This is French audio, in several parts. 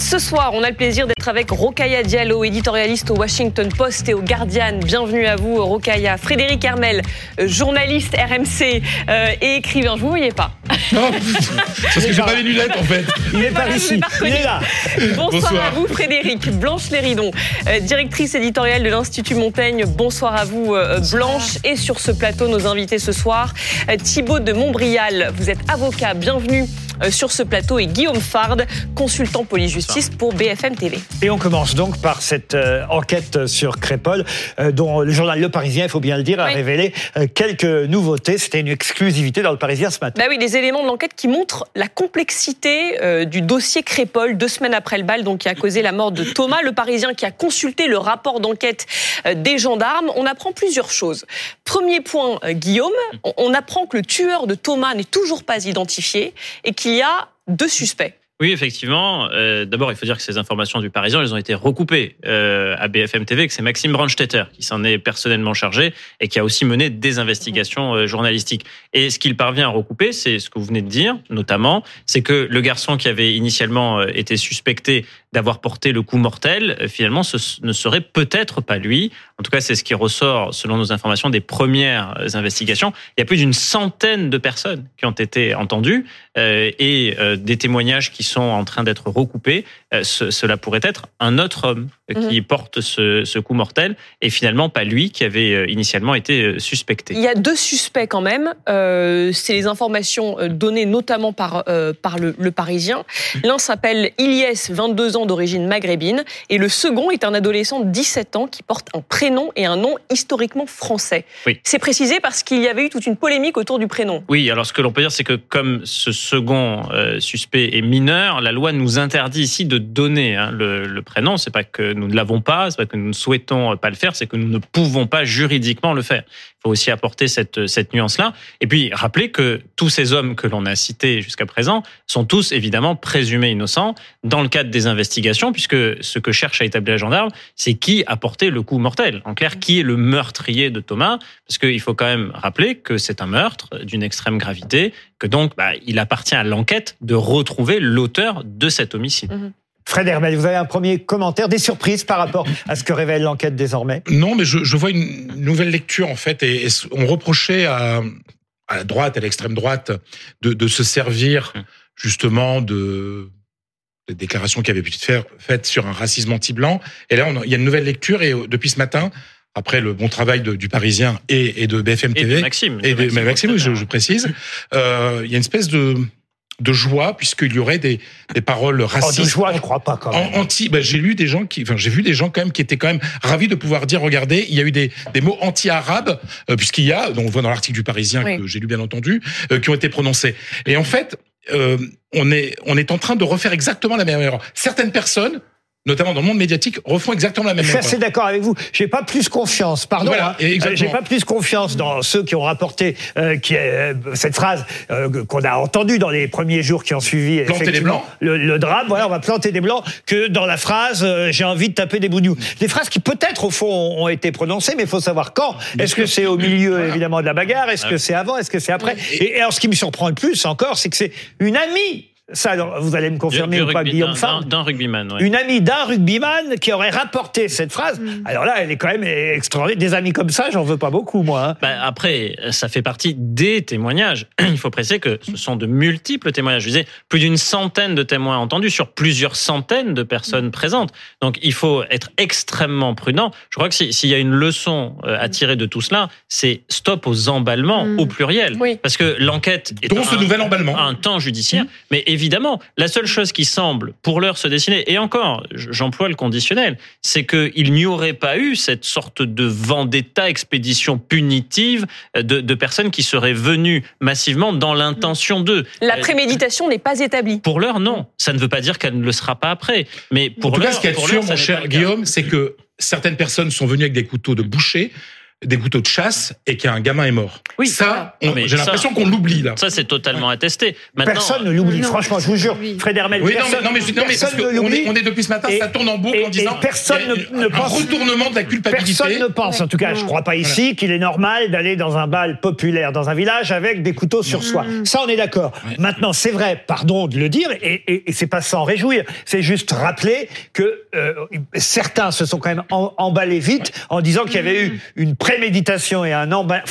Ce soir, on a le plaisir d'être avec Rokhaya Diallo, éditorialiste au Washington Post et au Guardian. Bienvenue à vous, Rokhaya. Frédéric Hermel, journaliste RMC et écrivain. Je ne vous voyais pas. Non, parce que j'ai pas mes lunettes en fait. Il est pas ici, il est là. Bonsoir à vous, Frédéric. Blanche Léridon, directrice éditoriale de l'Institut Montaigne. Bonsoir à vous, Blanche. Et sur ce plateau, nos invités ce soir, Thibaut de Montbrial, vous êtes avocat. Bienvenue sur ce plateau, et Guillaume Fard, consultant police-justice pour BFM TV. Et on commence donc par cette enquête sur Crépol, dont le journal Le Parisien, il faut bien le dire, a révélé quelques nouveautés. C'était une exclusivité dans Le Parisien ce matin. Bah oui, des éléments de l'enquête qui montrent la complexité du dossier Crépol, 2 semaines après le bal, donc qui a causé la mort de Thomas. Le Parisien qui a consulté le rapport d'enquête des gendarmes. On apprend plusieurs choses. Premier point, Guillaume, on apprend que le tueur de Thomas n'est toujours pas identifié et qu'il y a 2 suspects. Oui, effectivement. D'abord, il faut dire que ces informations du Parisien, elles ont été recoupées à BFM TV, que c'est Maxime Brandstetter qui s'en est personnellement chargé et qui a aussi mené des investigations journalistiques. Et ce qu'il parvient à recouper, c'est ce que vous venez de dire, notamment, c'est que le garçon qui avait initialement été suspecté d'avoir porté le coup mortel, finalement, ce ne serait peut-être pas lui. En tout cas, c'est ce qui ressort, selon nos informations, des premières investigations. Il y a plus d'100 de personnes qui ont été entendues et des témoignages qui sont en train d'être recoupés. Cela pourrait être un autre homme qui porte ce coup mortel et finalement pas lui qui avait initialement été suspecté. Il y a 2 suspects quand même. C'est les informations données notamment par le Parisien. L'un s'appelle Ilyes, 22 ans d'origine maghrébine, et le second est un adolescent de 17 ans qui porte un prénom et un nom historiquement français. Oui. C'est précisé parce qu'il y avait eu toute une polémique autour du prénom. Oui, alors ce que l'on peut dire, c'est que comme ce second suspect est mineur, la loi nous interdit ici de donner le prénom. C'est pas que nous ne l'avons pas, c'est pas que nous ne souhaitons pas le faire, c'est que nous ne pouvons pas juridiquement le faire. Il faut aussi apporter cette nuance-là. Et puis, rappeler que tous ces hommes que l'on a cités jusqu'à présent sont tous évidemment présumés innocents dans le cadre des investigations, puisque ce que cherche à établir les gendarmes, c'est qui a porté le coup mortel. En clair, qui est le meurtrier de Thomas? Parce qu'il faut quand même rappeler que c'est un meurtre d'une extrême gravité, que donc il appartient à l'enquête de retrouver l'auteur de cet homicide. Fred Hermel, vous avez un premier commentaire, des surprises par rapport à ce que révèle l'enquête désormais? Non, mais je vois une nouvelle lecture en fait, et on reprochait à la droite, à l'extrême droite, de se servir justement des déclarations qui avaient pu être faites sur un racisme anti-blanc. Et là, il y a une nouvelle lecture, et depuis ce matin, après le bon travail du Parisien et de BFM TV, et de Maxime, je précise, il y a une espèce de joie, puisqu'il y aurait des paroles racistes. De joie, je crois pas quand même. J'ai vu des gens quand même qui étaient quand même ravis de pouvoir dire, regardez, il y a eu des mots anti-arabes, puisqu'il y a, donc on voit dans l'article du Parisien que j'ai lu bien entendu, qui ont été prononcés. Et en fait, on est en train de refaire exactement la même erreur. Certaines personnes, notamment dans le monde médiatique, refont exactement la même erreur. Je suis assez d'accord avec vous. J'ai pas plus confiance, j'ai pas plus confiance dans ceux qui ont rapporté cette phrase qu'on a entendue dans les premiers jours qui ont suivi planter des blancs. Le drame. Voilà, on va planter des blancs, que dans la phrase j'ai envie de taper des bougnous. Des phrases qui peut-être au fond ont été prononcées, mais il faut savoir quand. Est-ce que c'est au milieu évidemment de la bagarre? Est-ce que c'est avant? Est-ce que c'est après? Et alors ce qui me surprend le plus encore, c'est que c'est une amie. Ça, alors, vous allez me confirmer ou pas, Guillaume Fard? D'un rugbyman, Une amie d'un rugbyman qui aurait rapporté cette phrase. Alors là, elle est quand même extraordinaire. Des amis comme ça, j'en veux pas beaucoup, moi. Après, ça fait partie des témoignages. Il faut préciser que ce sont de multiples témoignages. Je disais, plus d'100 de témoins entendus sur plusieurs centaines de personnes présentes. Donc, il faut être extrêmement prudent. Je crois que s'il y a une leçon à tirer de tout cela, c'est stop aux emballements au pluriel. Oui. Parce que l'enquête est nouvel emballement. Un temps judiciaire, mais évidemment, la seule chose qui semble, pour l'heure, se dessiner, et encore, j'emploie le conditionnel, c'est qu'il n'y aurait pas eu cette sorte de vendetta, expédition punitive de personnes qui seraient venues massivement dans l'intention d'eux. La préméditation n'est pas établie. Pour l'heure, non. Ça ne veut pas dire qu'elle ne le sera pas après. Mais pour en tout cas, ce qu'il y a de sûr, mon cher Guillaume, c'est que certaines personnes sont venues avec des couteaux de boucher. des couteaux de chasse et qu'un gamin est mort. Oui, ça, mais j'ai l'impression qu'on l'oublie là. Ça, c'est totalement attesté. Maintenant, Personne ne l'oublie, franchement, je vous jure. Fred Hermel, Oui, personne, non, mais parce personne ne qu'on l'oublie. on est depuis ce matin, ça tourne en boucle en disant personne ne un pense. retournement de la culpabilité. Personne ne pense, en tout cas, je ne crois pas ici, qu'il est normal d'aller dans un bal populaire, dans un village, avec des couteaux sur soi. Ça, on est d'accord. Ouais. Maintenant, c'est vrai, pardon de le dire, et c'est pas sans réjouir, c'est juste rappeler que certains se sont quand même emballés vite en disant qu'il y avait eu une préméditation et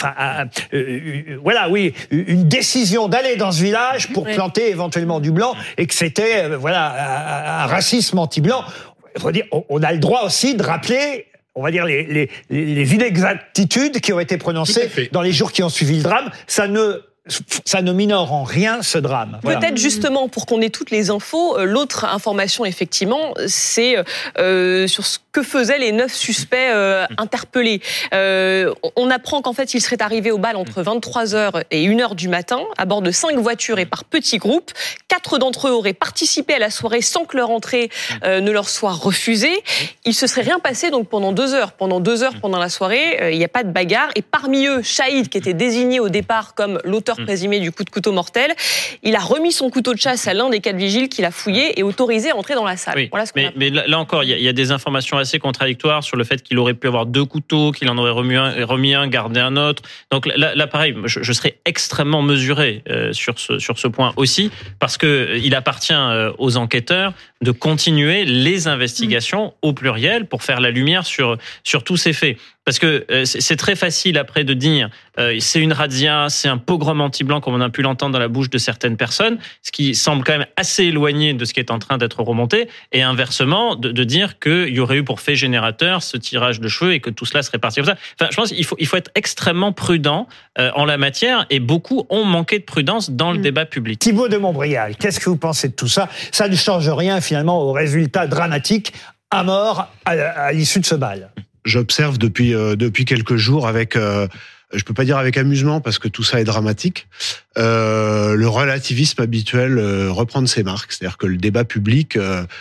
une décision d'aller dans ce village pour planter éventuellement du blanc, et que c'était un racisme anti-blanc. Il faut dire, on a le droit aussi de rappeler, on va dire, les inexactitudes qui ont été prononcées dans les jours qui ont suivi le drame. Ça ne minore en rien ce drame. Voilà. Peut-être justement, pour qu'on ait toutes les infos, l'autre information, effectivement, c'est sur ce que faisaient les 9 suspects interpellés. On apprend qu'en fait, ils seraient arrivés au bal entre 23h et 1h du matin, à bord de 5 voitures et par petits groupes. 4 d'entre eux auraient participé à la soirée sans que leur entrée ne leur soit refusée. Il se serait rien passé donc pendant 2 heures. Pendant 2 heures, pendant la soirée, il n'y a pas de bagarre. Et parmi eux, Shahid, qui était désigné au départ comme l'auteur présumé du coup de couteau mortel, il a remis son couteau de chasse à l'un des 4 vigiles qui l'a fouillé et autorisé à entrer dans la salle. Oui, Voilà ce qu'on mais là encore, il y a des informations assez contradictoires sur le fait qu'il aurait pu avoir 2 couteaux, qu'il en aurait remis un, gardé un autre. Donc là pareil, je serais extrêmement mesuré sur ce point aussi, parce que il appartient aux enquêteurs de continuer les investigations au pluriel pour faire la lumière sur tous ces faits. Parce que c'est très facile après de dire c'est une razzia, c'est un pogrom anti-blanc comme on a pu l'entendre dans la bouche de certaines personnes, ce qui semble quand même assez éloigné de ce qui est en train d'être remonté, et inversement de dire qu'il y aurait eu pour fait générateur ce tirage de cheveux et que tout cela serait parti comme ça. Enfin, je pense qu'il faut être extrêmement prudent en la matière, et beaucoup ont manqué de prudence dans le débat public. Thibaut de Montbrial, qu'est-ce que vous pensez de tout ça? Ça ne change rien finalement au résultat dramatique à mort à l'issue de ce bal. J'observe depuis quelques jours avec, je peux pas dire avec amusement parce que tout ça est dramatique, le relativisme habituel reprendre ses marques. C'est-à-dire que le débat public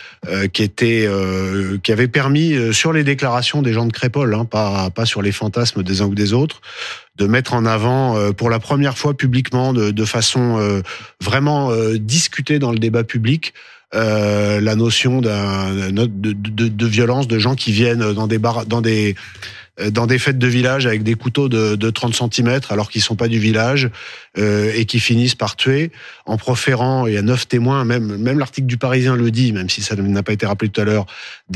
qui avait permis sur les déclarations des gens de Crépol, pas sur les fantasmes des uns ou des autres, de mettre en avant pour la première fois publiquement de façon vraiment discutée dans le débat public la notion de violence, de gens qui viennent dans des fêtes de village avec des couteaux de 30 cm alors qu'ils sont pas du village et qui finissent par tuer en proférant, il y a 9 témoins, même l'article du Parisien le dit, même si ça n'a pas été rappelé tout à l'heure,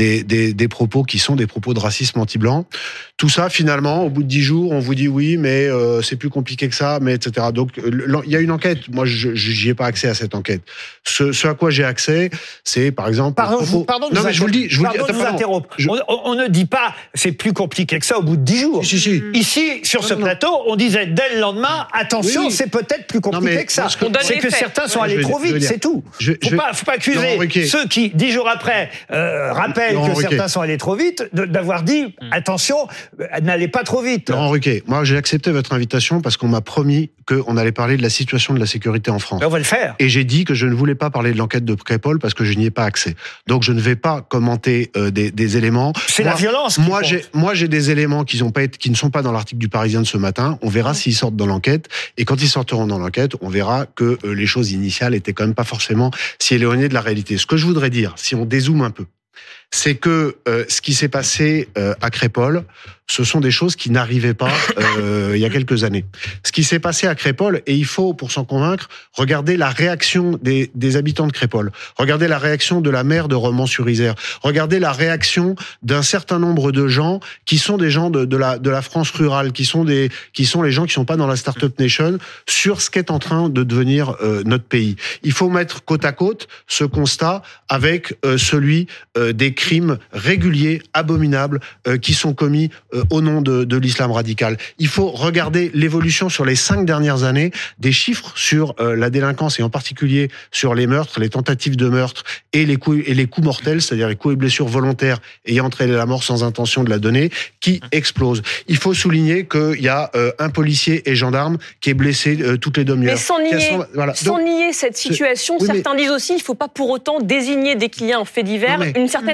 des propos qui sont des propos de racisme anti-blanc. Tout ça, finalement, au bout de 10 jours, on vous dit oui, mais c'est plus compliqué que ça, mais etc. Donc, il y a une enquête. Moi, j'y ai pas accès à cette enquête. Ce à quoi j'ai accès, c'est, par exemple... Pardon de vous interrompre. On ne dit pas c'est plus compliqué que ça au bout de 10 jours. Si. Ici, sur ce plateau, on disait dès le lendemain, attention, c'est peut-être plus compliqué que ça. C'est que certains sont allés trop vite, c'est tout. Faut pas accuser ceux qui, 10 jours après, rappellent que certains sont allés trop vite, d'avoir dit, attention, n'allez pas trop vite. Laurent Ruquier, moi j'ai accepté votre invitation parce qu'on m'a promis qu'on allait parler de la situation de la sécurité en France. On va le faire. Et j'ai dit que je ne voulais pas parler de l'enquête de Crépol parce que je n'y ai pas accès. Donc je ne vais pas commenter des éléments. C'est la violence. Moi j'ai des éléments qui ne sont pas dans l'article du Parisien de ce matin. On verra s'ils sortent dans l'enquête. Et quand ils sortiront dans l'enquête, on verra que les choses initiales étaient quand même pas forcément si éloignées de la réalité. Ce que je voudrais dire, si on dézoome un peu, c'est que ce qui s'est passé à Crépol, ce sont des choses qui n'arrivaient pas il y a quelques années. Ce qui s'est passé à Crépol, et il faut, pour s'en convaincre, regarder la réaction des habitants de Crépol, regarder la réaction de la maire de Romans-sur-Isère, regarder la réaction d'un certain nombre de gens qui sont des gens de la France rurale, qui sont les gens qui sont pas dans la Startup Nation, sur ce qu'est en train de devenir notre pays. Il faut mettre côte à côte ce constat avec celui des crimes réguliers, abominables, qui sont commis au nom de l'islam radical. Il faut regarder l'évolution sur les 5 dernières années des chiffres sur la délinquance et en particulier sur les meurtres, les tentatives de meurtre et les coups mortels, c'est-à-dire les coups et blessures volontaires ayant entraîné la mort sans intention de la donner, qui explosent. Il faut souligner qu'il y a un policier et gendarme qui est blessé toutes les demi-heures. Mais sans nier cette situation, certains disent aussi qu'il ne faut pas pour autant désigner dès qu'il y a un fait divers une certaine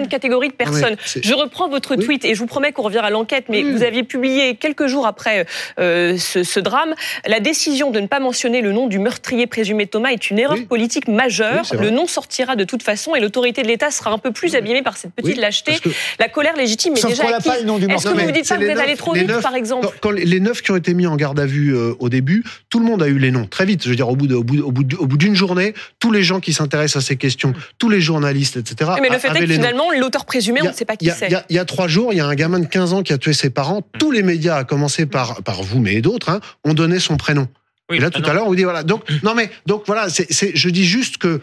catégories de personnes. Je reprends votre tweet et je vous promets qu'on reviendra à l'enquête, mais vous aviez publié quelques jours après ce drame, la décision de ne pas mentionner le nom du meurtrier présumé Thomas est une erreur politique majeure. Le nom sortira de toute façon et l'autorité de l'État sera un peu plus abîmée par cette petite lâcheté. La colère légitime est déjà acquise. Est-ce que vous ne dites pas que vous êtes allé trop vite, par exemple? Quand les 9 qui ont été mis en garde à vue au début, tout le monde a eu les noms très vite. Je veux dire, au bout d'une journée, tous les gens qui s'intéressent à ces questions, tous les journalistes, etc. Mais le fait est que finalement, l'auteur présumé, on ne sait pas qui c'est. Il y a 3 jours, il y a un gamin de 15 ans qui a tué ses parents. Tous les médias, à commencer par vous, mais d'autres, ont donné son prénom. Oui, et là, tout à l'heure, on vous dit, voilà. Donc voilà, je dis juste que,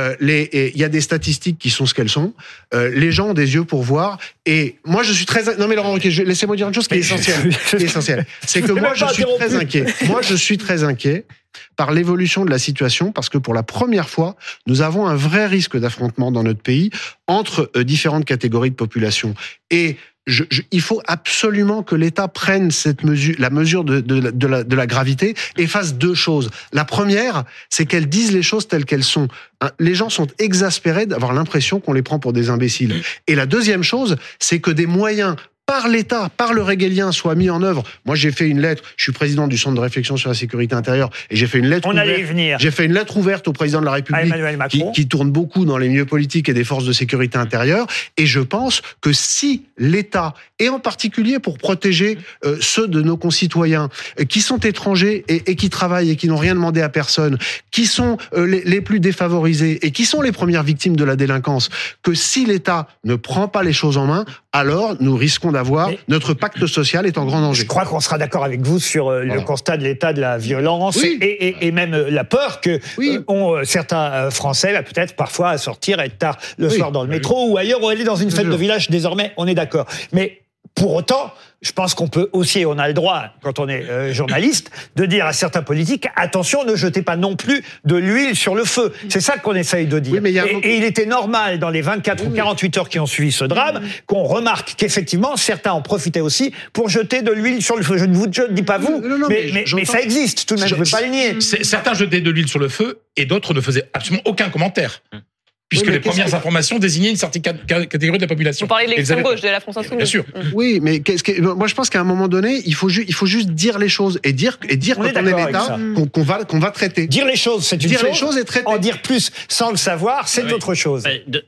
il y a des statistiques qui sont ce qu'elles sont. Les gens ont des yeux pour voir. Et moi, je suis non, mais Laurent, laissez-moi dire une chose qui est essentielle. C'est que moi, je suis très inquiet. Moi, je suis très inquiet par l'évolution de la situation, parce que pour la première fois, nous avons un vrai risque d'affrontement dans notre pays entre différentes catégories de population. Et il faut absolument que l'État prenne la mesure de la gravité et fasse 2 choses. La première, c'est qu'elle dise les choses telles qu'elles sont. Les gens sont exaspérés d'avoir l'impression qu'on les prend pour des imbéciles. Et la deuxième chose, c'est que des moyens par l'État, par le régalien, soient mis en œuvre. Moi, j'ai fait une lettre. Je suis président du Centre de réflexion sur la sécurité intérieure et j'ai fait une lettre. J'ai fait une lettre ouverte au président de la République, qui tourne beaucoup dans les milieux politiques et des forces de sécurité intérieure. Et je pense que si l'État, et en particulier pour protéger ceux de nos concitoyens qui sont étrangers et qui travaillent et qui n'ont rien demandé à personne, qui sont les plus défavorisés et qui sont les premières victimes de la délinquance, que si l'État ne prend pas les choses en main, alors nous risquons notre pacte social est en grand danger. Je crois qu'on sera d'accord avec vous sur le constat de l'état de la violence et même la peur que ont certains Français, peut-être parfois à sortir, à être tard le soir dans le métro ou ailleurs, ou aller dans une fête de village, désormais, on est d'accord. Mais pour autant, je pense qu'on peut aussi, et on a le droit, quand on est journaliste, de dire à certains politiques, attention, ne jetez pas non plus de l'huile sur le feu. C'est ça qu'on essaye de dire. Et il était normal, dans les 24 ou 48 heures qui ont suivi ce drame, qu'on remarque qu'effectivement, certains en profitaient aussi pour jeter de l'huile sur le feu. Je ne dis pas vous, mais ça existe tout de même, je ne veux pas le nier. Certains jetaient de l'huile sur le feu et d'autres ne faisaient absolument aucun commentaire. Puisque les premières informations désignaient une certaine catégorie de la population. Vous parlez de l'extrême gauche de la France Insoumise. Bien sûr. Oui, mais moi je pense qu'à un moment donné, il faut juste dire les choses et dire quand on est l'État qu'on va traiter. Dire les choses, c'est une chose. Dire les choses et traiter. En dire plus sans le savoir, c'est autre chose.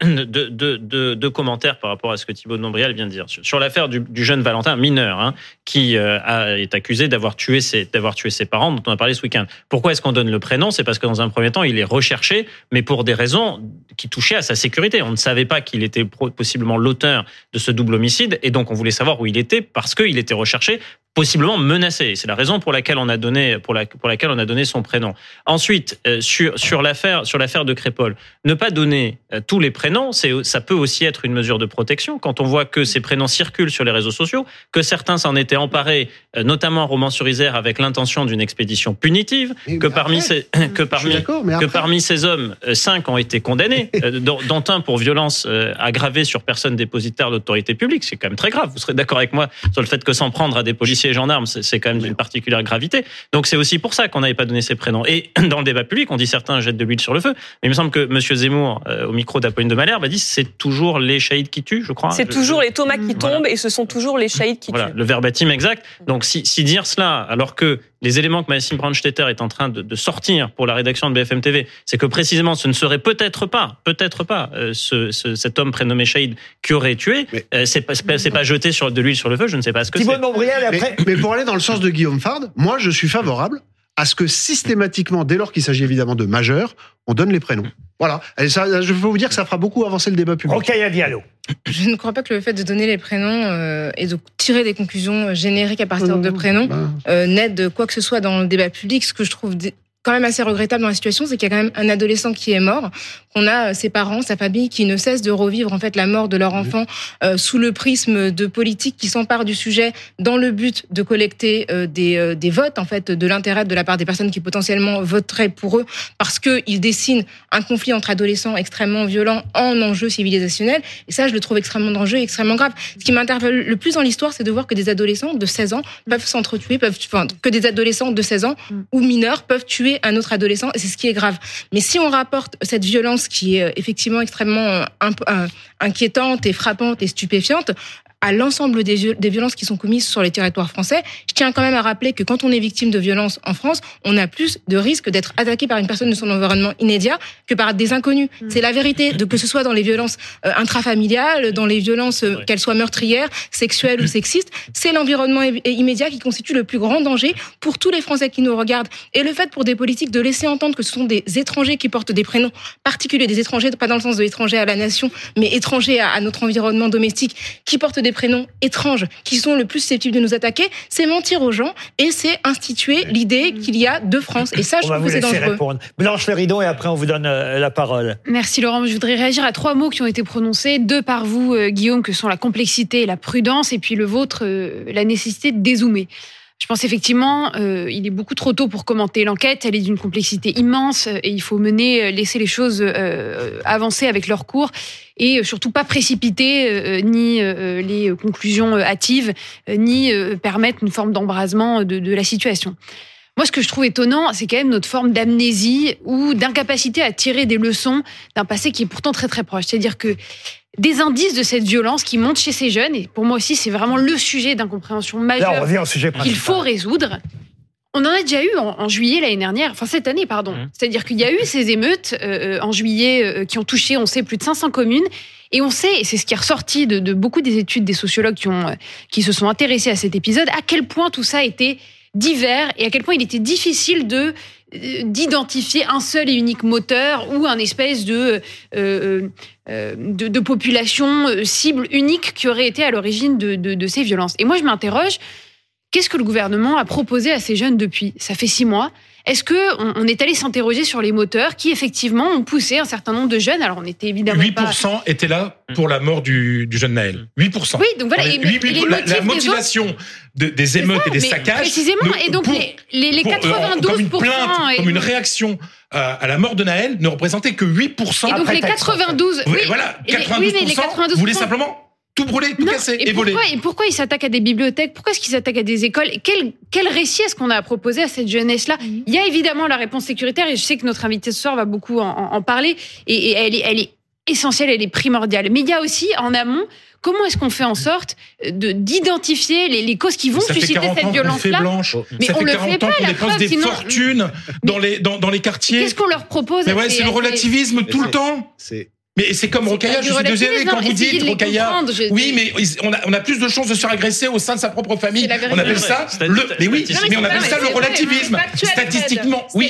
Deux commentaires par rapport à ce que Thibault de Montbrial vient de dire sur l'affaire du jeune Valentin mineur, qui est accusé d'avoir tué ses parents, dont on a parlé ce week-end. Pourquoi est-ce qu'on donne le prénom ? C'est parce que dans un premier temps, il est recherché, mais pour des raisons qui touchait à sa sécurité. On ne savait pas qu'il était possiblement l'auteur de ce double homicide et donc on voulait savoir où il était parce qu'il était recherché, possiblement menacé. C'est la raison pour laquelle on a donné son prénom. Ensuite, sur l'affaire de Crépol, ne pas donner tous les prénoms, ça peut aussi être une mesure de protection. Quand on voit que ces prénoms circulent sur les réseaux sociaux, que certains s'en étaient emparés, notamment Romans-sur-Isère, avec l'intention d'une expédition punitive, que parmi ces hommes, 5 ont été condamnés, dont un pour violence aggravée sur personne dépositaire d'autorité publique. C'est quand même très grave. Vous serez d'accord avec moi sur le fait que s'en prendre à des policiers et gendarmes, c'est quand même d'une particulière gravité. Donc c'est aussi pour ça qu'on n'avait pas donné ces prénoms. Et dans le débat public, on dit certains jettent de l'huile sur le feu. Mais il me semble que M. Zemmour, au micro d'Apolline de Malherbe, a dit c'est toujours les shahid qui tuent, je crois. C'est toujours les Thomas qui tombent et ce sont toujours les shahid qui tuent. Le verbatim exact. Donc si dire cela, alors que les éléments que Maxime Brandstetter est en train de sortir pour la rédaction de BFM TV, c'est que précisément ce ne serait peut-être pas cet homme prénommé Shahid qui aurait tué. C'est pas jeter de l'huile sur le feu. Je ne sais pas ce que c'est. Mais pour aller dans le sens de Guillaume Fard, moi je suis favorable à ce que systématiquement, dès lors qu'il s'agit évidemment de majeurs, on donne les prénoms. Voilà. Et ça, je peux vous dire que ça fera beaucoup avancer le débat public. Rokhaya Diallo. Je ne crois pas que le fait de donner les prénoms et de tirer des conclusions génériques à partir de prénoms n'aide quoi que ce soit dans le débat public. Ce que je trouve quand même assez regrettable dans la situation, c'est qu'il y a quand même un adolescent qui est mort, qu'on a ses parents, sa famille qui ne cessent de revivre en fait la mort de leur enfant sous le prisme de politiques qui s'emparent du sujet dans le but de collecter des votes en fait de l'intérêt de la part des personnes qui potentiellement voteraient pour eux parce que ils dessinent un conflit entre adolescents extrêmement violent en enjeu civilisationnel et ça je le trouve extrêmement dangereux et extrêmement grave. Ce qui m'interpelle le plus dans l'histoire, c'est de voir que des adolescents de 16 ans peuvent s'entretuer, que des adolescents de 16 ans ou mineurs peuvent tuer tuer un autre adolescent, et c'est ce qui est grave. Mais si on rapporte cette violence qui est effectivement extrêmement inquiétante et frappante et stupéfiante à l'ensemble des violences qui sont commises sur les territoires français, je tiens quand même à rappeler que quand on est victime de violences en France, on a plus de risques d'être attaqué par une personne de son environnement immédiat que par des inconnus. C'est la vérité, que ce soit dans les violences intrafamiliales, dans les violences, qu'elles soient meurtrières, sexuelles ou sexistes, c'est l'environnement immédiat qui constitue le plus grand danger pour tous les Français qui nous regardent. Et le fait pour des politiques de laisser entendre que ce sont des étrangers qui portent des prénoms particuliers, des étrangers, pas dans le sens de étrangers à la nation, mais étrangers à notre environnement domestique, qui portent des prénoms étranges, qui sont le plus susceptibles de nous attaquer, c'est mentir aux gens et c'est instituer l'idée qu'il y a deux France. Et ça, je trouve que c'est dangereux. Répondre. Blanche Léridon, et après on vous donne la parole. Merci Laurent. Je voudrais réagir à 3 mots qui ont été prononcés, 2 par vous, Guillaume, que sont la complexité et la prudence, et puis le vôtre, la nécessité de dézoomer. Je pense effectivement, il est beaucoup trop tôt pour commenter l'enquête. Elle est d'une complexité immense et il faut laisser les choses avancer avec leur cours et surtout pas précipiter ni les conclusions hâtives, ni permettre une forme d'embrasement de la situation. Moi, ce que je trouve étonnant, c'est quand même notre forme d'amnésie ou d'incapacité à tirer des leçons d'un passé qui est pourtant très très proche. C'est-à-dire que des indices de cette violence qui montent chez ces jeunes, et pour moi aussi, c'est vraiment le sujet d'incompréhension majeure qu'il faut résoudre. On en a déjà eu en juillet l'année dernière, enfin cette année, pardon. C'est-à-dire qu'il y a eu ces émeutes en juillet qui ont touché, on sait, plus de 500 communes. Et on sait, et c'est ce qui est ressorti de beaucoup des études des sociologues qui se sont intéressés à cet épisode, à quel point tout ça était divers et à quel point il était difficile d'identifier un seul et unique moteur ou un espèce de population cible unique qui aurait été à l'origine de ces violences. Et moi, je m'interroge, qu'est-ce que le gouvernement a proposé à ces jeunes depuis ? Ça fait 6 mois. Est-ce qu'on est allé s'interroger sur les moteurs qui, effectivement, ont poussé un certain nombre de jeunes ? Alors, on était évidemment 8% étaient là pour la mort du jeune Naël. 8%. Oui, donc voilà. La motivation des émeutes et des saccages. Précisément. Et donc, les 92%. Comme une plainte, comme une réaction à la mort de Naël ne représentait que 8%. Et donc, les 92%. Oui, voilà. 92% voulaient simplement tout brûler, tout casser et voler. Et pourquoi ils s'attaquent à des bibliothèques ? Pourquoi est-ce qu'ils s'attaquent à des écoles ? Quel récit est-ce qu'on a proposé à cette jeunesse-là ? Il y a évidemment la réponse sécuritaire, et je sais que notre invité ce soir va beaucoup en parler, et elle est essentielle, elle est primordiale. Mais il y a aussi, en amont, comment est-ce qu'on fait en sorte d'identifier les causes qui vont susciter cette violence-là ? Mais ça fait 40 ans qu'on dépense des fortunes dans les quartiers. Qu'est-ce qu'on leur propose ? Mais ouais, c'est le relativisme tout le temps. Mais c'est comme Rocailla, je suis désolé quand vous dites Rocailla. Oui, mais on a plus de chances de se faire agresser au sein de sa propre famille. On appelle ça on appelle ça le relativisme. Statistiquement, oui.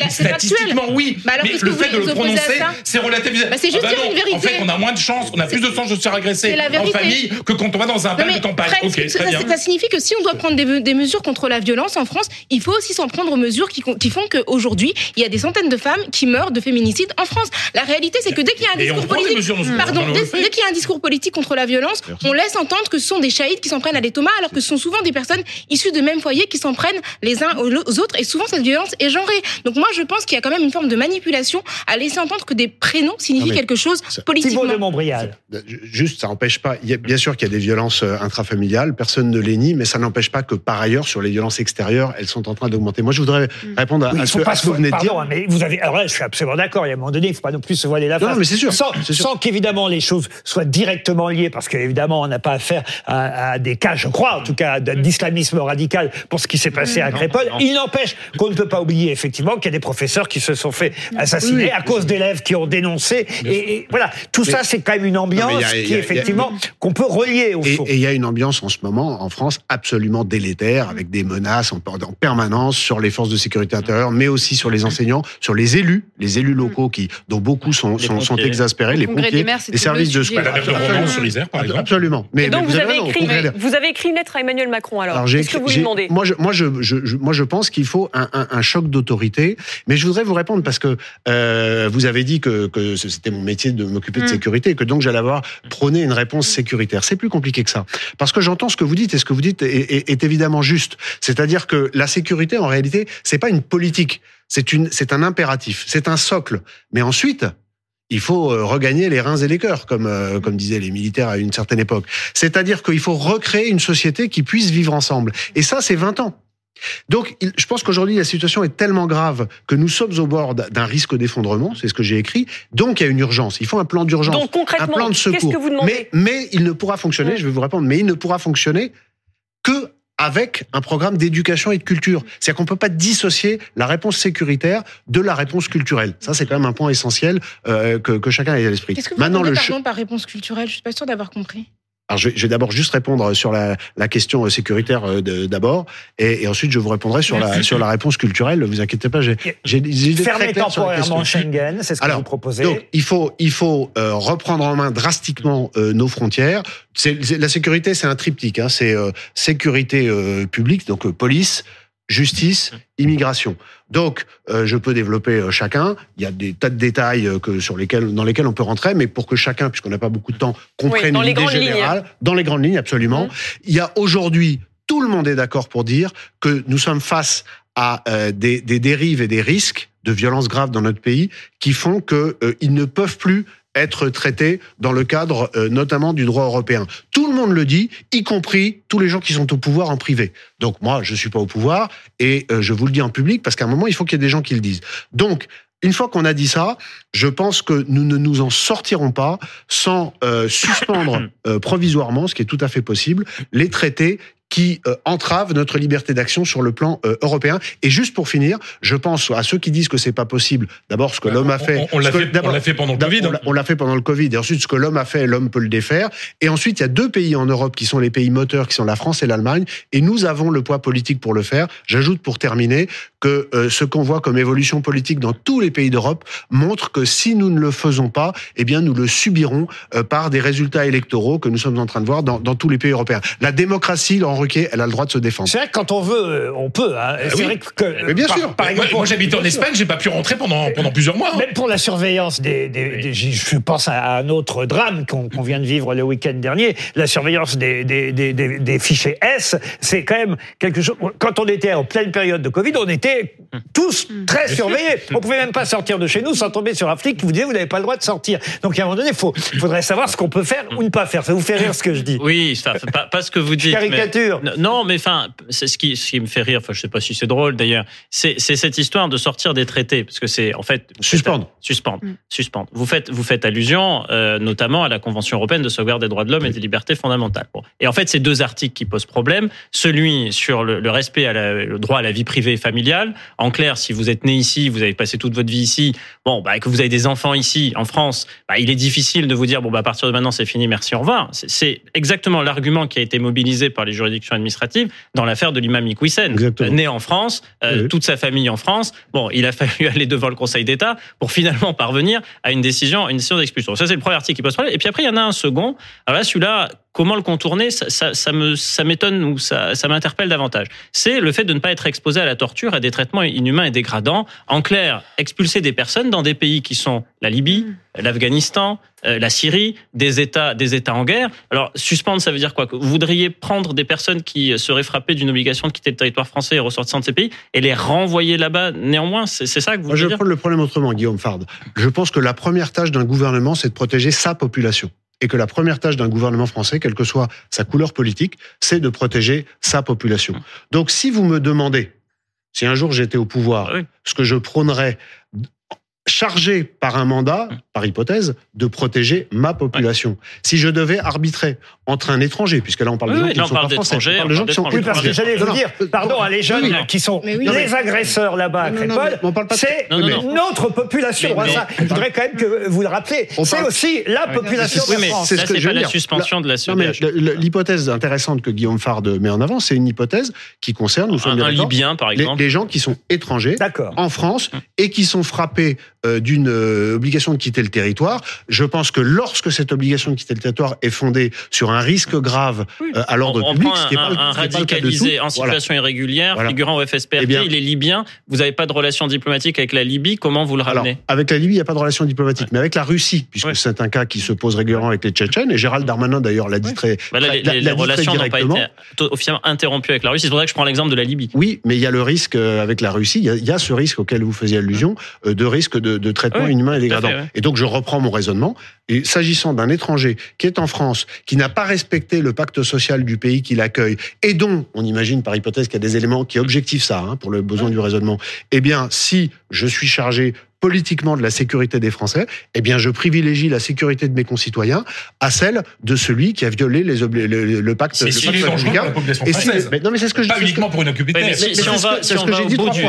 Mais le fait de le prononcer, c'est relativiser. C'est juste dire une vérité. En fait, on a moins de chances, on a plus de chances de se faire agresser en famille que quand on va dans un bal de campagne. Ok, très bien. Ça signifie que si on doit prendre des mesures contre la violence en France, il faut aussi s'en prendre aux mesures qui font qu'aujourd'hui, il y a des centaines de femmes qui meurent de féminicide en France. La réalité, c'est que dès qu'il y a un discours politique, dès qu'il y a un discours politique contre la violence, on laisse entendre que ce sont des chahites qui s'en prennent à des Thomas, alors que ce sont souvent des personnes issues de même foyer qui s'en prennent les uns aux autres, et souvent cette violence est genrée. Donc moi, je pense qu'il y a quand même une forme de manipulation à laisser entendre que des prénoms signifient quelque chose politiquement. Thibault de Montbrial. Juste, ça n'empêche pas. Bien sûr qu'il y a des violences intrafamiliales, personne ne les nie, mais ça n'empêche pas que par ailleurs, sur les violences extérieures, elles sont en train d'augmenter. Moi, je voudrais répondre à ce que vous venez de dire. Mais vous avez, alors là, je suis absolument d'accord. Il y a un moment donné, il ne faut pas non plus se voiler la face. Non, mais c'est sûr. Sans qu'évidemment les choses soient directement liées, parce qu'évidemment, on n'a pas affaire à des cas, je crois, en tout cas, d'islamisme radical pour ce qui s'est passé à Crépol. Il n'empêche qu'on ne peut pas oublier, effectivement, qu'il y a des professeurs qui se sont fait assassiner à cause d'élèves qui ont dénoncé. Et voilà, tout ça, c'est quand même une ambiance qu'on peut relier au fond. Et il y a une ambiance en ce moment, en France, absolument délétère, avec des menaces en permanence sur les forces de sécurité intérieure, mais aussi sur les enseignants, sur les élus locaux dont beaucoup sont exaspérés, les pompiers, les services de secours. La grève de Romans sur l'Isère, par exemple. Absolument. Mais donc vous avez écrit une lettre à Emmanuel Macron, alors qu'est-ce que vous lui demandez ? Moi, je pense qu'il faut un choc d'autorité, mais je voudrais vous répondre parce que vous avez dit que c'était mon métier de m'occuper de sécurité et que donc j'allais avoir prôné une réponse sécuritaire. C'est plus compliqué que ça. Parce que j'entends ce que vous dites et ce que vous dites est évidemment juste. C'est-à-dire que la sécurité, en réalité, c'est pas une politique. C'est un impératif. C'est un socle. Mais ensuite, il faut regagner les reins et les cœurs, comme disaient les militaires à une certaine époque. C'est-à-dire qu'il faut recréer une société qui puisse vivre ensemble. Et ça, c'est 20 ans. Donc, je pense qu'aujourd'hui, la situation est tellement grave que nous sommes au bord d'un risque d'effondrement, c'est ce que j'ai écrit. Donc, il y a une urgence. Il faut un plan d'urgence, donc, concrètement, un plan de secours. Qu'est-ce que vous demandez ? Mais il ne pourra fonctionner, je vais vous répondre, mais il ne pourra fonctionner que avec un programme d'éducation et de culture. C'est-à-dire qu'on ne peut pas dissocier la réponse sécuritaire de la réponse culturelle. Ça, c'est quand même un point essentiel que chacun ait à l'esprit. Qu'est-ce que vous entendez par réponse culturelle ? Je ne suis pas sûre d'avoir compris. Alors, je vais d'abord juste répondre sur la question sécuritaire d'abord, et ensuite je vous répondrai sur la réponse culturelle. Ne vous inquiétez pas, j'ai des idées fermer très claires sur la question. temporairement Schengen, c'est ce que vous proposez. Donc, il faut reprendre en main drastiquement nos frontières. La sécurité, c'est un triptyque. C'est sécurité publique, donc police, justice, immigration. Donc, je peux développer chacun. Il y a des tas de détails dans lesquels on peut rentrer, mais pour que chacun, puisqu'on n'a pas beaucoup de temps, comprenne l'idée générale. Dans les grandes lignes, absolument. Il y a aujourd'hui, tout le monde est d'accord pour dire que nous sommes face à des dérives et des risques de violences graves dans notre pays qui font qu'ils ne peuvent plus être traités dans le cadre notamment du droit européen. Tout le monde le dit, y compris tous les gens qui sont au pouvoir en privé. Donc moi, je suis pas au pouvoir et je vous le dis en public parce qu'à un moment, il faut qu'il y ait des gens qui le disent. Donc, une fois qu'on a dit ça, je pense que nous ne nous en sortirons pas sans suspendre provisoirement, ce qui est tout à fait possible, les traités qui entravent notre liberté d'action sur le plan européen. Et juste pour finir, je pense à ceux qui disent que c'est pas possible. D'abord, ce que l'homme a fait... On l'a fait pendant le Covid. On l'a fait pendant le Covid. Et ensuite, ce que l'homme a fait, l'homme peut le défaire. Et ensuite, il y a 2 pays en Europe qui sont les pays moteurs, qui sont la France et l'Allemagne. Et nous avons le poids politique pour le faire. J'ajoute pour terminer que ce qu'on voit comme évolution politique dans tous les pays d'Europe montre que si nous ne le faisons pas, eh bien, nous le subirons par des résultats électoraux que nous sommes en train de voir dans tous les pays européens. La démocratie, Laurent Ruquier, elle a le droit de se défendre. C'est vrai que quand on veut, on peut. C'est vrai que, mais bien sûr. Par exemple, moi j'habite en Espagne, j'ai pas pu rentrer pendant plusieurs mois. Même pour la surveillance je pense à un autre drame qu'on vient de vivre le week-end dernier. La surveillance des fichiers S, c'est quand même quelque chose. Quand on était en pleine période de Covid, on était tous très surveillés. On pouvait même pas sortir de chez nous sans tomber sur un flic qui vous disait vous n'avez pas le droit de sortir. Donc à un moment donné, il faudrait savoir ce qu'on peut faire ou ne pas faire. Ça vous fait rire ce que je dis? Oui, ça, pas ce que vous dites. Caricature. Non, mais enfin, c'est ce qui me fait rire. Enfin, je sais pas si c'est drôle d'ailleurs. C'est cette histoire de sortir des traités, parce que c'est en fait suspendre. Vous faites allusion notamment à la Convention européenne de sauvegarde des droits de l'homme et des libertés fondamentales. Bon. Et en fait, c'est 2 articles qui posent problème. Celui sur le respect le droit à la vie privée et familiale. En clair, si vous êtes né ici, vous avez passé toute votre vie ici, que vous avez des enfants ici en France, il est difficile de vous dire à partir de maintenant c'est fini, merci, au revoir. C'est exactement l'argument qui a été mobilisé par les juridictions administratives dans l'affaire de l'imam Iqwisen, né en France, toute sa famille en France. Il a fallu aller devant le Conseil d'État pour finalement parvenir à une décision d'expulsion. Ça, c'est le premier article qui pose problème. Et puis après, il y en a un second. Alors là, celui-là, comment le contourner, ça m'étonne ou ça m'interpelle davantage. C'est le fait de ne pas être exposé à la torture, à des traitements inhumains et dégradants. En clair, expulser des personnes dans des pays qui sont la Libye, l'Afghanistan, la Syrie, des États en guerre. Alors, suspendre, ça veut dire quoi? Que vous voudriez prendre des personnes qui seraient frappées d'une obligation de quitter le territoire français et ressortissant de ces pays et les renvoyer là-bas néanmoins? C'est ça que vous voulez dire? Je prends le problème autrement, Guillaume Fard. Je pense que la première tâche d'un gouvernement, c'est de protéger sa population. Et que la première tâche d'un gouvernement français, quelle que soit sa couleur politique, c'est de protéger sa population. Donc, si vous me demandez, si un jour j'étais au pouvoir, ce que je prônerais, chargé par un mandat, par hypothèse, de protéger ma population. Si je devais arbitrer entre un étranger, puisque là on parle de gens qui ne sont pas français, on parle de gens qui sont parce que j'allais vous dire, les jeunes qui sont les agresseurs là-bas à Crépol, c'est notre population. Je voudrais quand même que vous le rappelez. C'est aussi la population de France. C'est ce que je veux dire. La suspension de la CEDH. L'hypothèse intéressante que Guillaume Fard met en avant, c'est une hypothèse qui concerne, nous sommes un Libyen par exemple, les gens qui sont étrangers en France et qui sont frappés d'une obligation de quitter le territoire. Je pense que lorsque cette obligation de quitter le territoire est fondée sur un risque grave à l'ordre public, ce qui est un radicalisé en situation irrégulière, figurant au FSPRT, il est libyen, vous n'avez pas de relation diplomatique avec la Libye, comment vous le ramenez? Alors, avec la Libye, il n'y a pas de relation diplomatique, mais avec la Russie, puisque c'est un cas qui se pose régulièrement avec les Tchétchènes, et Gérald Darmanin d'ailleurs l'a dit très les relations n'ont pas été officiellement interrompues avec la Russie, c'est pour ça que je prends l'exemple de la Libye. Oui, mais il y a le risque avec la Russie, il y a ce risque auquel vous faisiez allusion, de risque de de traitement inhumain et dégradant. Fait, ouais. Et donc je reprends mon raisonnement. Et s'agissant d'un étranger qui est en France, qui n'a pas respecté le pacte social du pays qui l'accueille, et dont on imagine par hypothèse qu'il y a des éléments qui objectifient ça, pour le besoin du raisonnement, eh bien si je suis chargé politiquement de la sécurité des Français, eh bien je privilégie la sécurité de mes concitoyens à celle de celui qui a violé le pacte républicain. Non mais c'est ce que je dis. Pas uniquement pour une occupation. Si on va au bout du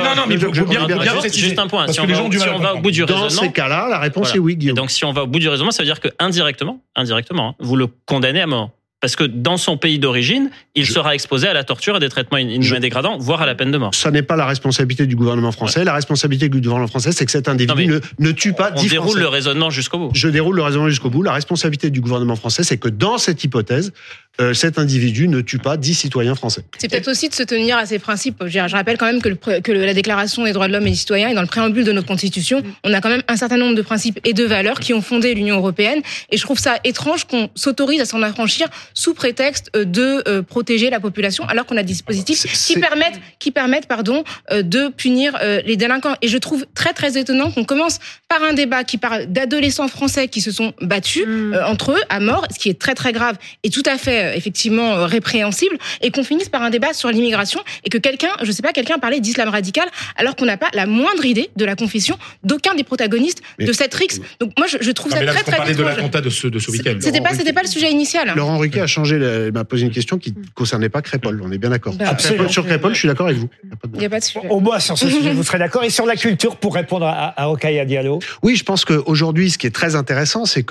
juste un point. Si on va au bout du raisonnement, dans ces cas-là, la réponse est oui, Guillaume. Donc si on va au bout du raisonnement, ça veut dire que indirectement, vous le condamnez à mort. Parce que dans son pays d'origine, il sera exposé à la torture et des traitements inhumains dégradants, voire à la peine de mort. Ça n'est pas la responsabilité du gouvernement français. La responsabilité du gouvernement français, c'est que cet individu ne tue pas 10 Français. On déroule le raisonnement jusqu'au bout. Je déroule le raisonnement jusqu'au bout. La responsabilité du gouvernement français, c'est que dans cette hypothèse, cet individu ne tue pas 10 citoyens français. C'est peut-être aussi de se tenir à ces principes. Je rappelle quand même que la Déclaration des droits de l'homme et des citoyens et dans le préambule de notre Constitution, on a quand même un certain nombre de principes et de valeurs qui ont fondé l'Union européenne. Et je trouve ça étrange qu'on s'autorise à s'en affranchir sous prétexte de protéger la population, alors qu'on a des dispositifs qui permettent de punir les délinquants. Et je trouve très très étonnant qu'on commence par un débat qui parle d'adolescents français qui se sont battus entre eux à mort, ce qui est très très grave et tout à fait effectivement répréhensible, et qu'on finisse par un débat sur l'immigration et que quelqu'un parlait d'islam radical alors qu'on n'a pas la moindre idée de la confession d'aucun des protagonistes de cette rixe. Donc moi je trouve ça très très étrange. On parlait de étrange. l'attentat de ce week-end. C'était pas le sujet initial. Laurent Ruquier a changé, m'a posé une question qui ne concernait pas Crépol. On est bien d'accord. Absolument. Sur Crépol, je suis d'accord avec vous. Il n'y a pas de sujet. Au moins, sur ce sujet, vous serez d'accord. Et sur la culture, pour répondre à Rokhaya Diallo. Oui, je pense qu'aujourd'hui, ce qui est très intéressant, c'est que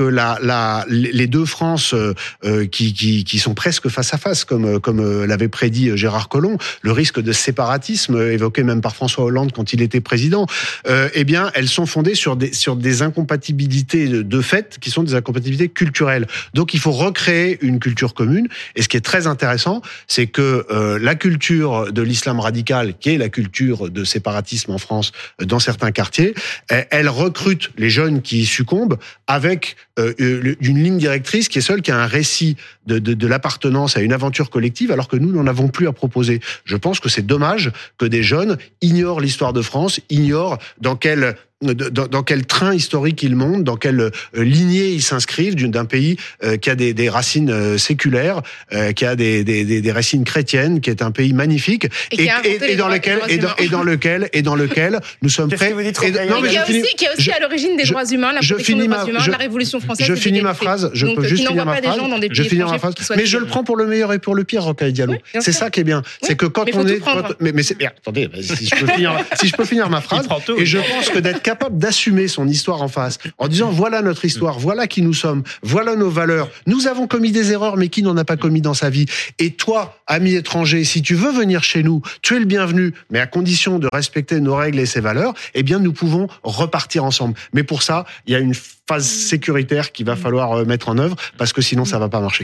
les deux France qui sont presque face à face, comme l'avait prédit Gérard Collomb, le risque de séparatisme évoqué même par François Hollande quand il était président, eh bien, elles sont fondées sur des incompatibilités de fait qui sont des incompatibilités culturelles. Donc, il faut recréer une culture commune. Et ce qui est très intéressant, c'est que la culture de l'islam radical, qui est la culture de séparatisme en France dans certains quartiers, elle recrute les jeunes qui y succombent avec une ligne directrice qui est celle qui a un récit de l'appartenance à une aventure collective, alors que nous n'en avons plus à proposer. Je pense que c'est dommage que des jeunes ignorent l'histoire de France, ignorent dans quel train historique ils montent, dans quelle lignée ils s'inscrivent d'un pays qui a des racines séculaires, qui a des racines chrétiennes, qui est un pays magnifique et dans lequel nous sommes prêts. Qui a aussi à l'origine des droits humains, la protection des droits humains, la Révolution française. Je finis ma phrase. Je peux juste finir ma phrase. Mais je le prends pour le meilleur et pour le pire, Rokhaya Diallo. C'est ça qui est bien. C'est que quand on est, mais c'est bien. Attendez, si je peux finir ma phrase. Et je pense que d'être capable d'assumer son histoire en face, en disant voilà notre histoire, voilà qui nous sommes, voilà nos valeurs. Nous avons commis des erreurs, mais qui n'en a pas commis dans sa vie? Et toi, ami étranger, si tu veux venir chez nous, tu es le bienvenu, mais à condition de respecter nos règles et ses valeurs, eh bien nous pouvons repartir ensemble. Mais pour ça, il y a une phase sécuritaire qu'il va falloir mettre en œuvre, parce que sinon ça va pas marcher.